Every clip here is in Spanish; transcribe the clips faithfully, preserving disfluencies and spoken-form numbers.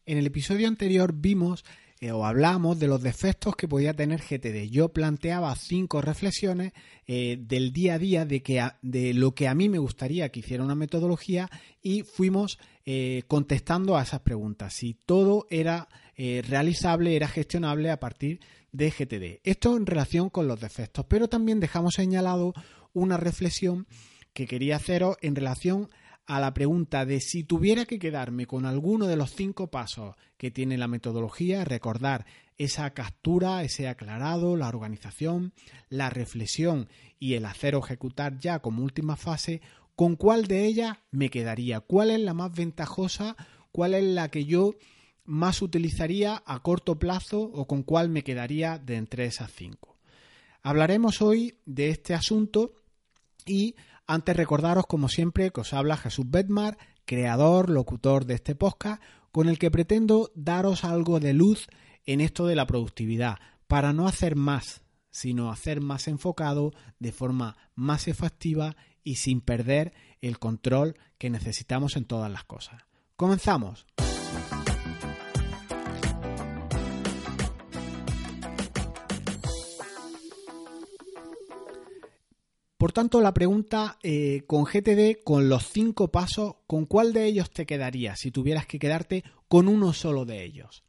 En el episodio anterior vimos eh, o hablamos de los defectos que podía tener G T D. Yo planteaba cinco reflexiones eh, del día a día de, que a, de lo que a mí me gustaría que hiciera una metodología y fuimos eh, contestando a esas preguntas. Si todo era eh, realizable, era gestionable a partir de G T D. Esto en relación con los defectos, pero también dejamos señalado una reflexión que quería haceros en relación a la pregunta de si tuviera que quedarme con alguno de los cinco pasos que tiene la metodología, recordar esa captura, ese aclarado, la organización, la reflexión y el hacer o ejecutar ya como última fase, ¿con cuál de ellas me quedaría? ¿Cuál es la más ventajosa? ¿Cuál es la que yo más utilizaría a corto plazo o con cuál me quedaría de entre esas cinco? Hablaremos hoy de este asunto y antes recordaros, como siempre, que os habla Jesús Bedmar, creador, locutor de este podcast, con el que pretendo daros algo de luz en esto de la productividad, para no hacer más, sino hacer más enfocado, de forma más efectiva y sin perder el control que necesitamos en todas las cosas. ¡Comenzamos! Por tanto, la pregunta eh, con G T D, con los cinco pasos, ¿con cuál de ellos te quedarías si tuvieras que quedarte con uno solo de ellos?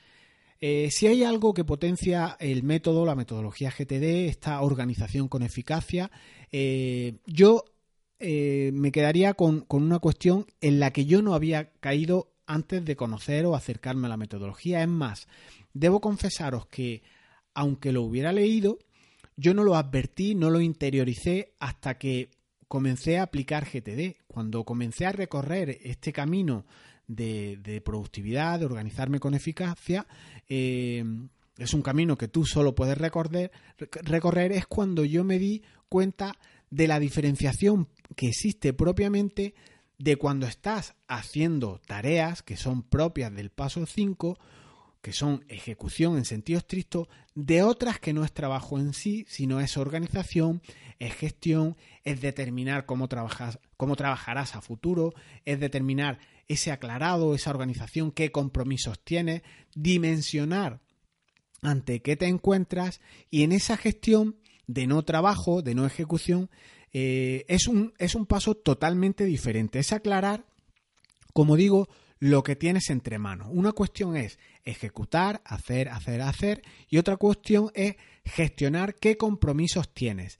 Eh, si hay algo que potencia el método, la metodología G T D, esta organización con eficacia, eh, yo eh, me quedaría con, con una cuestión en la que yo no había caído antes de conocer o acercarme a la metodología. Es más, debo confesaros que, aunque lo hubiera leído, yo no lo advertí, no lo interioricé hasta que comencé a aplicar G T D. Cuando comencé a recorrer este camino de, de productividad, de organizarme con eficacia, eh, es un camino que tú solo puedes recorrer, recorrer, es cuando yo me di cuenta de la diferenciación que existe propiamente de cuando estás haciendo tareas que son propias del paso cinco, que son ejecución en sentido estricto, de otras que no es trabajo en sí, sino es organización, es gestión, es determinar cómo trabajas, cómo trabajarás a futuro, es determinar ese aclarado, esa organización, qué compromisos tienes, dimensionar ante qué te encuentras, y en esa gestión de no trabajo, de no ejecución, eh, es un, es un paso totalmente diferente. Es aclarar, como digo, lo que tienes entre manos. Una cuestión es ejecutar, hacer, hacer, hacer, y otra cuestión es gestionar qué compromisos tienes.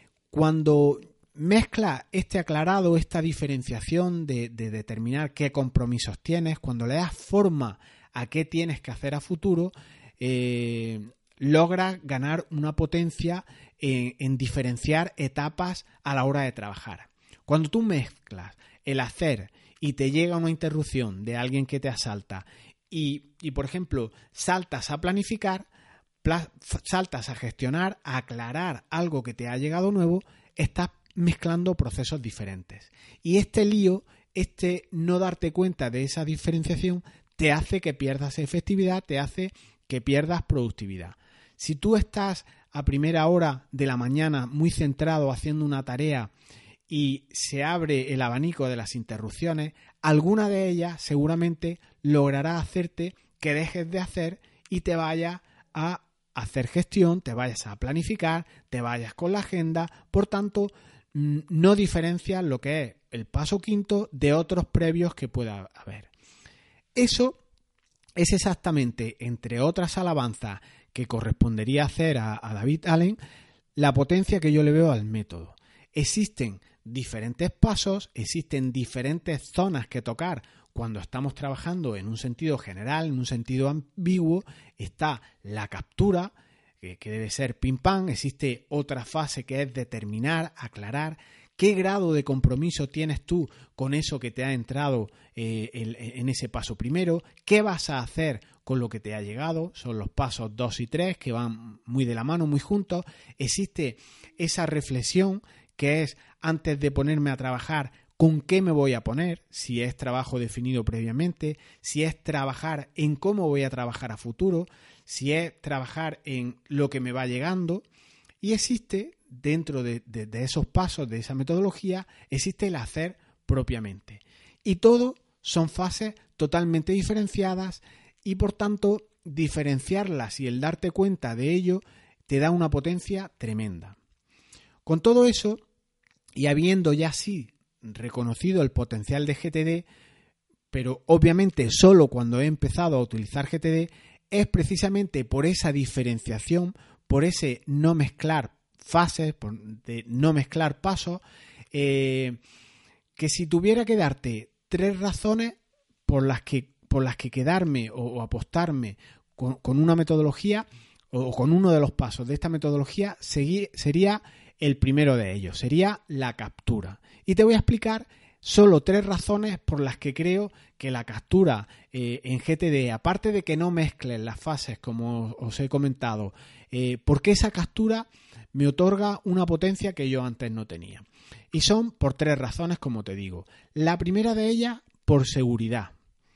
Cuando mezclas este aclarado, esta diferenciación de, de determinar qué compromisos tienes, cuando le das forma a qué tienes que hacer a futuro, eh, logras ganar una potencia en, en diferenciar etapas a la hora de trabajar. Cuando tú mezclas el hacer y te llega una interrupción de alguien que te asalta y, y por ejemplo, saltas a planificar, pla- saltas a gestionar, a aclarar algo que te ha llegado nuevo, estás mezclando procesos diferentes. Y este lío, este no darte cuenta de esa diferenciación, te hace que pierdas efectividad, te hace que pierdas productividad. Si tú estás a primera hora de la mañana muy centrado haciendo una tarea y se abre el abanico de las interrupciones, alguna de ellas seguramente logrará hacerte que dejes de hacer y te vayas a hacer gestión, te vayas a planificar, te vayas con la agenda. Por tanto, no diferencias lo que es el paso quinto de otros previos que pueda haber. Eso es exactamente, entre otras alabanzas que correspondería hacer a, a David Allen, la potencia que yo le veo al método. Existen diferentes pasos, existen diferentes zonas que tocar cuando estamos trabajando en un sentido general, en un sentido ambiguo. Está la captura, que, que debe ser pim pam, existe otra fase que es determinar, aclarar. ¿Qué grado de compromiso tienes tú con eso que te ha entrado eh, el, en ese paso primero? ¿Qué vas a hacer con lo que te ha llegado? Son los pasos dos y tres que van muy de la mano, muy juntos. Existe esa reflexión que es, antes de ponerme a trabajar, ¿con qué me voy a poner? Si es trabajo definido previamente, si es trabajar en cómo voy a trabajar a futuro, si es trabajar en lo que me va llegando. Y existe, dentro de, de, de esos pasos, de esa metodología, existe el hacer propiamente. Y todo son fases totalmente diferenciadas y por tanto diferenciarlas y el darte cuenta de ello te da una potencia tremenda. Con todo eso, y habiendo ya sí reconocido el potencial de G T D, pero obviamente solo cuando he empezado a utilizar G T D, es precisamente por esa diferenciación, por ese no mezclar fases, por de no mezclar pasos, eh, que si tuviera que darte tres razones por las que, por las que quedarme o, o apostarme con, con una metodología o con uno de los pasos de esta metodología, segui, sería el primero de ellos, sería la captura. Y te voy a explicar solo tres razones por las que creo que la captura eh, en G T D, aparte de que no mezclen las fases como os he comentado, eh, porque esa captura me otorga una potencia que yo antes no tenía. Y son por tres razones, como te digo. La primera de ellas, por seguridad.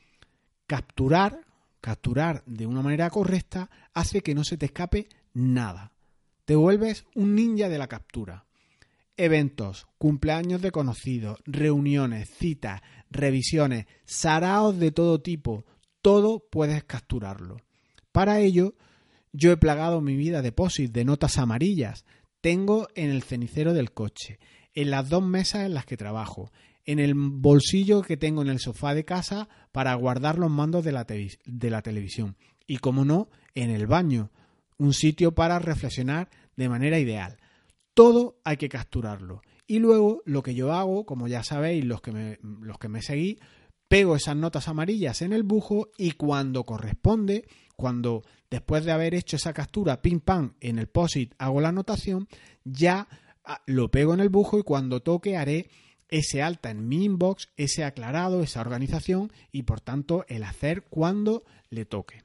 Capturar, capturar de una manera correcta hace que no se te escape nada. Te vuelves un ninja de la captura. Eventos, cumpleaños de conocidos, reuniones, citas, revisiones, saraos de todo tipo, todo puedes capturarlo. Para ello, yo he plagado mi vida de post-it, de notas amarillas. Tengo en el cenicero del coche, en las dos mesas en las que trabajo, en el bolsillo que tengo en el sofá de casa para guardar los mandos de la, te- de la televisión. Y, como no, en el baño, un sitio para reflexionar de manera ideal. Todo hay que capturarlo. Y luego lo que yo hago, como ya sabéis los que me, los que me seguís, pego esas notas amarillas en el bujo y cuando corresponde, cuando después de haber hecho esa captura, pim pam, en el post-it hago la anotación, ya lo pego en el bujo y cuando toque haré ese alta en mi inbox, ese aclarado, esa organización y por tanto el hacer cuando le toque.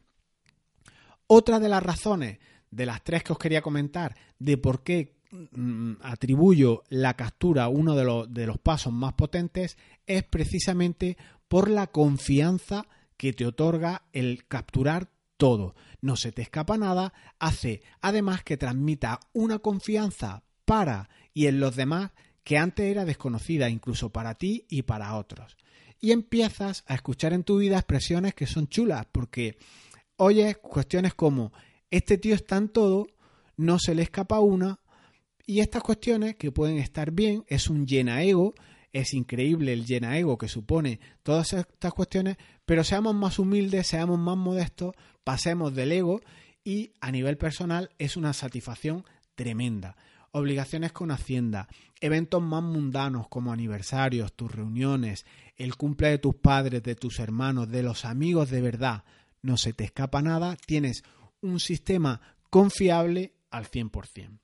Otra de las razones, de las tres que os quería comentar, de por qué mm, atribuyo la captura a uno de los, de los pasos más potentes, es precisamente por la confianza que te otorga el capturar todo. No se te escapa nada, hace además que transmita una confianza para y en los demás que antes era desconocida incluso para ti y para otros. Y empiezas a escuchar en tu vida expresiones que son chulas porque oyes cuestiones como este tío está en todo, no se le escapa una, y estas cuestiones que pueden estar bien, es un llena ego, es increíble el llena ego que supone todas estas cuestiones, pero seamos más humildes, seamos más modestos, pasemos del ego y a nivel personal es una satisfacción tremenda. Obligaciones con Hacienda, eventos más mundanos como aniversarios, tus reuniones, el cumple de tus padres, de tus hermanos, de los amigos de verdad, no se te escapa nada, tienes un sistema confiable al cien por ciento.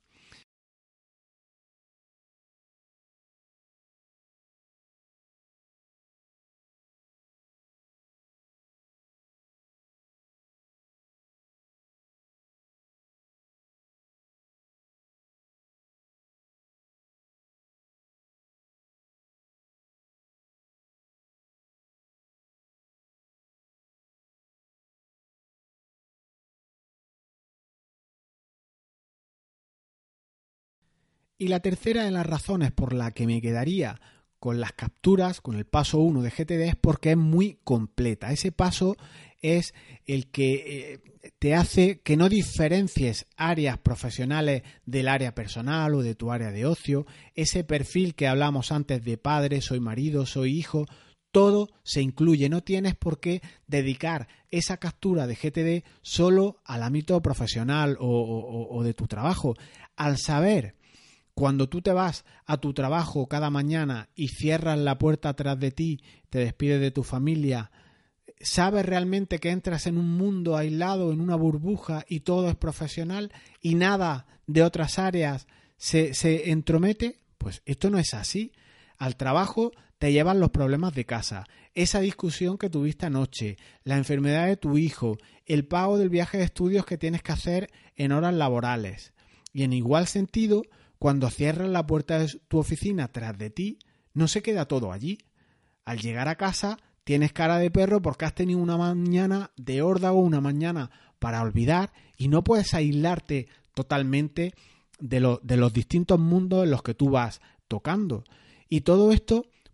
Y la tercera de las razones por la que me quedaría con las capturas, con el paso uno de G T D, es porque es muy completa. Ese paso es el que eh, te hace que no diferencies áreas profesionales del área personal o de tu área de ocio. Ese perfil que hablamos antes de padre, soy marido, soy hijo, todo se incluye. No tienes por qué dedicar esa captura de G T D solo al ámbito profesional o, o, o de tu trabajo. Al saber cuando tú te vas a tu trabajo cada mañana y cierras la puerta atrás de ti, te despides de tu familia, sabes realmente que entras en un mundo aislado, en una burbuja y todo es profesional y nada de otras áreas se, se entromete. Pues esto no es así. Al trabajo te llevan los problemas de casa, esa discusión que tuviste anoche, la enfermedad de tu hijo, el pago del viaje de estudios que tienes que hacer en horas laborales. Y en igual sentido, cuando cierras la puerta de tu oficina tras de ti, no se queda todo allí. Al llegar a casa tienes cara de perro porque has tenido una mañana de órdago, una mañana para olvidar y no puedes aislarte totalmente de, lo, de los distintos mundos en los que tú vas tocando. Y todo esto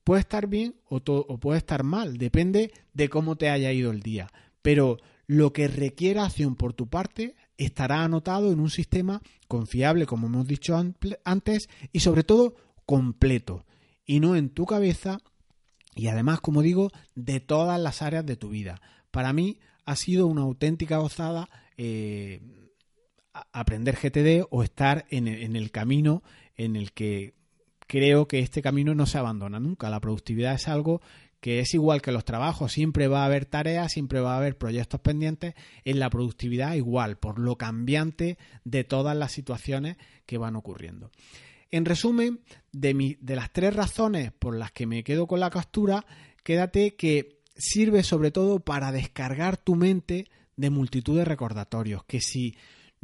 puede estar bien o, to- o puede estar mal, depende de cómo te haya ido el día. Pero lo que requiera acción por tu parte estará anotado en un sistema confiable, como hemos dicho antes, y sobre todo completo, y no en tu cabeza, y además, como digo, de todas las áreas de tu vida. Para mí ha sido una auténtica gozada eh, aprender G T D o estar en el, en el camino en el que creo que este camino no se abandona nunca. La productividad es algo que es igual que los trabajos, siempre va a haber tareas, siempre va a haber proyectos pendientes. En la productividad igual, por lo cambiante de todas las situaciones que van ocurriendo. En resumen, de, mi, de las tres razones por las que me quedo con la captura, quédate que sirve sobre todo para descargar tu mente de multitud de recordatorios, que si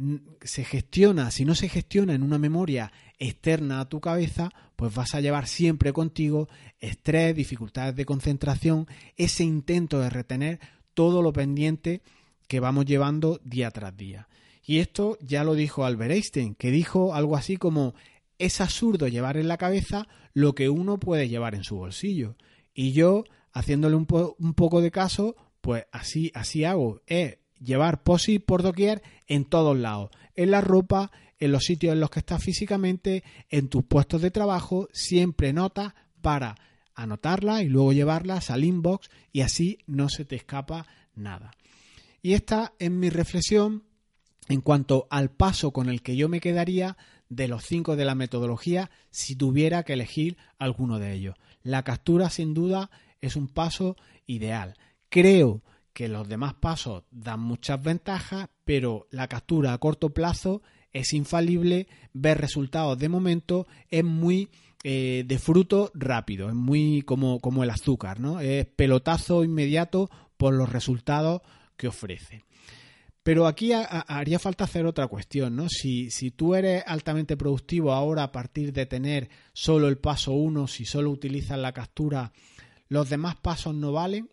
se gestiona, si no se gestiona en una memoria externa a tu cabeza, pues vas a llevar siempre contigo estrés, dificultades de concentración, ese intento de retener todo lo pendiente que vamos llevando día tras día. Y esto ya lo dijo Albert Einstein, que dijo algo así como: es absurdo llevar en la cabeza lo que uno puede llevar en su bolsillo. Y yo, haciéndole un, po- un poco de caso, pues así, así hago, es llevar post-it por doquier en todos lados, en la ropa, en los sitios en los que estás físicamente, en tus puestos de trabajo, siempre notas para anotarlas y luego llevarlas al inbox, y así no se te escapa nada. Y esta es mi reflexión en cuanto al paso con el que yo me quedaría de los cinco de la metodología si tuviera que elegir alguno de ellos. La captura, sin duda, es un paso ideal. Creo que los demás pasos dan muchas ventajas, pero la captura a corto plazo es infalible, ver resultados de momento es muy eh, de fruto rápido, es muy como, como el azúcar, ¿no? Es pelotazo inmediato por los resultados que ofrece. Pero aquí a, a, haría falta hacer otra cuestión, ¿no? Si, si tú eres altamente productivo ahora a partir de tener solo el paso uno, si solo utilizas la captura, ¿los demás pasos no valen?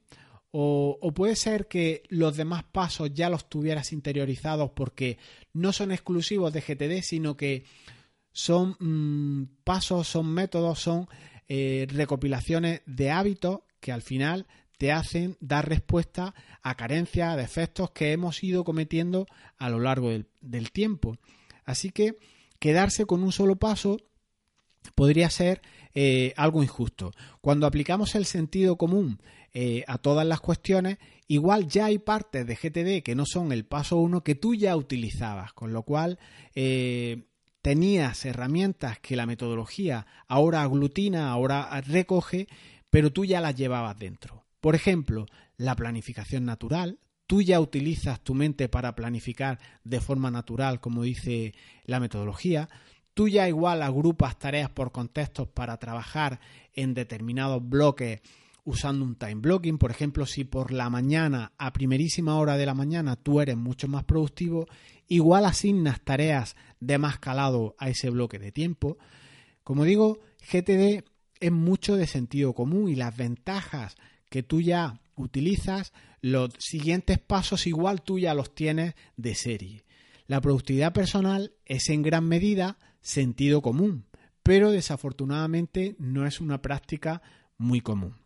O, o puede ser que los demás pasos ya los tuvieras interiorizados porque no son exclusivos de G T D, sino que son mmm, pasos, son métodos, son eh, recopilaciones de hábitos que al final te hacen dar respuesta a carencias, a defectos que hemos ido cometiendo a lo largo del, del tiempo. Así que quedarse con un solo paso podría ser eh, algo injusto. Cuando aplicamos el sentido común eh, a todas las cuestiones, igual ya hay partes de G T D que no son el paso uno que tú ya utilizabas, con lo cual eh, tenías herramientas que la metodología ahora aglutina, ahora recoge, pero tú ya las llevabas dentro. Por ejemplo, la planificación natural. Tú ya utilizas tu mente para planificar de forma natural, como dice la metodología. Tú ya igual agrupas tareas por contextos para trabajar en determinados bloques usando un time blocking. Por ejemplo, si por la mañana, a primerísima hora de la mañana, tú eres mucho más productivo, igual asignas tareas de más calado a ese bloque de tiempo. Como digo, G T D es mucho de sentido común y las ventajas que tú ya utilizas, los siguientes pasos igual tú ya los tienes de serie. La productividad personal es en gran medida sentido común, pero desafortunadamente no es una práctica muy común.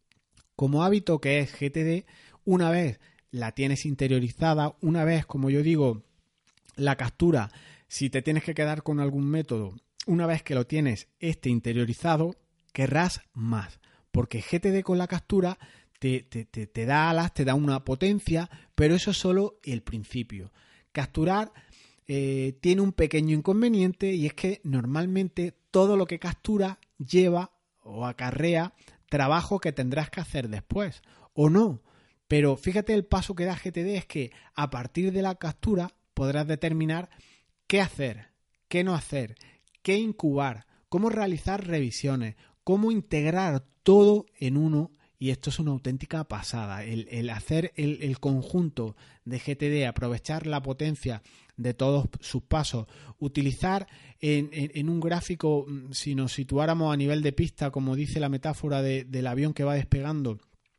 Como hábito que es G T D, una vez la tienes interiorizada, una vez, como yo digo, la captura, si te tienes que quedar con algún método, una vez que lo tienes este interiorizado, querrás más. Porque G T D con la captura te, te, te, te da alas, te da una potencia, pero eso es solo el principio. Capturar eh, tiene un pequeño inconveniente y es que normalmente todo lo que captura lleva o acarrea trabajo que tendrás que hacer después, o no. Pero fíjate, el paso que da G T D es que a partir de la captura podrás determinar qué hacer, qué no hacer, qué incubar, cómo realizar revisiones, cómo integrar todo en uno, y esto es una auténtica pasada. El, el hacer el, el conjunto de G T D, aprovechar la potencia de todos sus pasos, utilizar en, en, en un gráfico, si nos situáramos a nivel de pista, como dice la metáfora de, del avión que va despegando,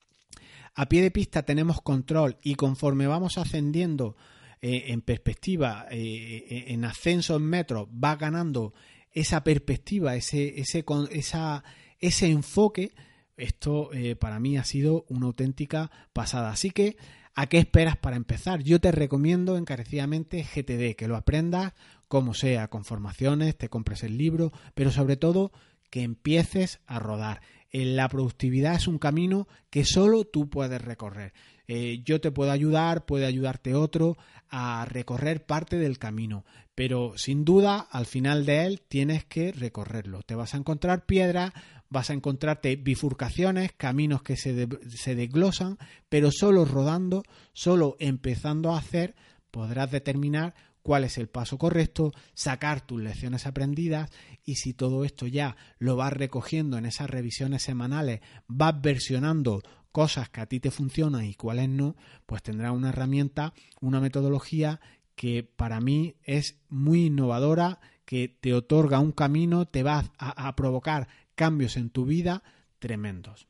a pie de pista tenemos control y conforme vamos ascendiendo eh, en perspectiva, eh, en ascenso en metros, va ganando esa perspectiva, ese, ese, esa, ese enfoque, esto eh, para mí ha sido una auténtica pasada. Así que, ¿a qué esperas para empezar? Yo te recomiendo encarecidamente G T D, que lo aprendas como sea, con formaciones, te compres el libro, pero sobre todo que empieces a rodar. La productividad es un camino que solo tú puedes recorrer. Eh, yo te puedo ayudar, puede ayudarte otro a recorrer parte del camino, pero sin duda al final de él tienes que recorrerlo. Te vas a encontrar piedras, vas a encontrarte bifurcaciones, caminos que se, de, se desglosan, pero solo rodando, solo empezando a hacer, podrás determinar cuál es el paso correcto, sacar tus lecciones aprendidas, y si todo esto ya lo vas recogiendo en esas revisiones semanales, vas versionando cosas que a ti te funcionan y cuáles no, pues tendrás una herramienta, una metodología que para mí es muy innovadora, que te otorga un camino, te va a, a provocar cambios en tu vida tremendos.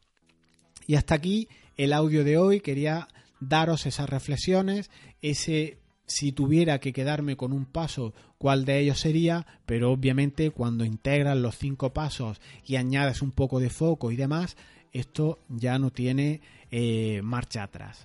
Y hasta aquí el audio de hoy. Quería daros esas reflexiones, ese si tuviera que quedarme con un paso, cuál de ellos sería, pero obviamente cuando integras los cinco pasos y añades un poco de foco y demás, esto ya no tiene eh, marcha atrás.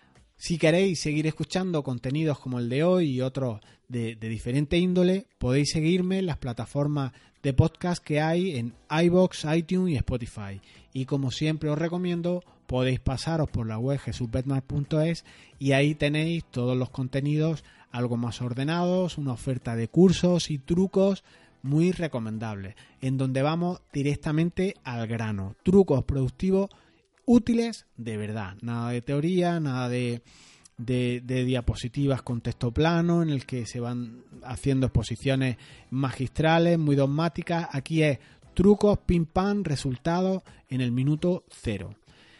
Si queréis seguir escuchando contenidos como el de hoy y otros de, de diferente índole, podéis seguirme en las plataformas de podcast que hay en iVoox, iTunes y Spotify. Y como siempre os recomiendo, podéis pasaros por la web jesús bedmar punto es y ahí tenéis todos los contenidos algo más ordenados, una oferta de cursos y trucos muy recomendables, en donde vamos directamente al grano. Trucos productivos útiles de verdad, nada de teoría, nada de, de, de diapositivas con texto plano en el que se van haciendo exposiciones magistrales, muy dogmáticas. Aquí es trucos, pim pam, resultados en el minuto cero.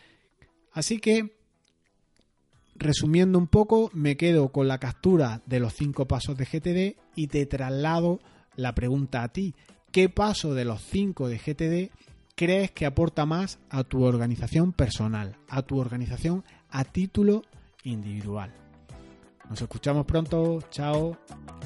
Así que, resumiendo un poco, me quedo con la captura de los cinco pasos de G T D y te traslado la pregunta a ti. ¿Qué paso de los cinco de G T D crees que aporta más a tu organización personal, a tu organización a título individual? Nos escuchamos pronto. Chao.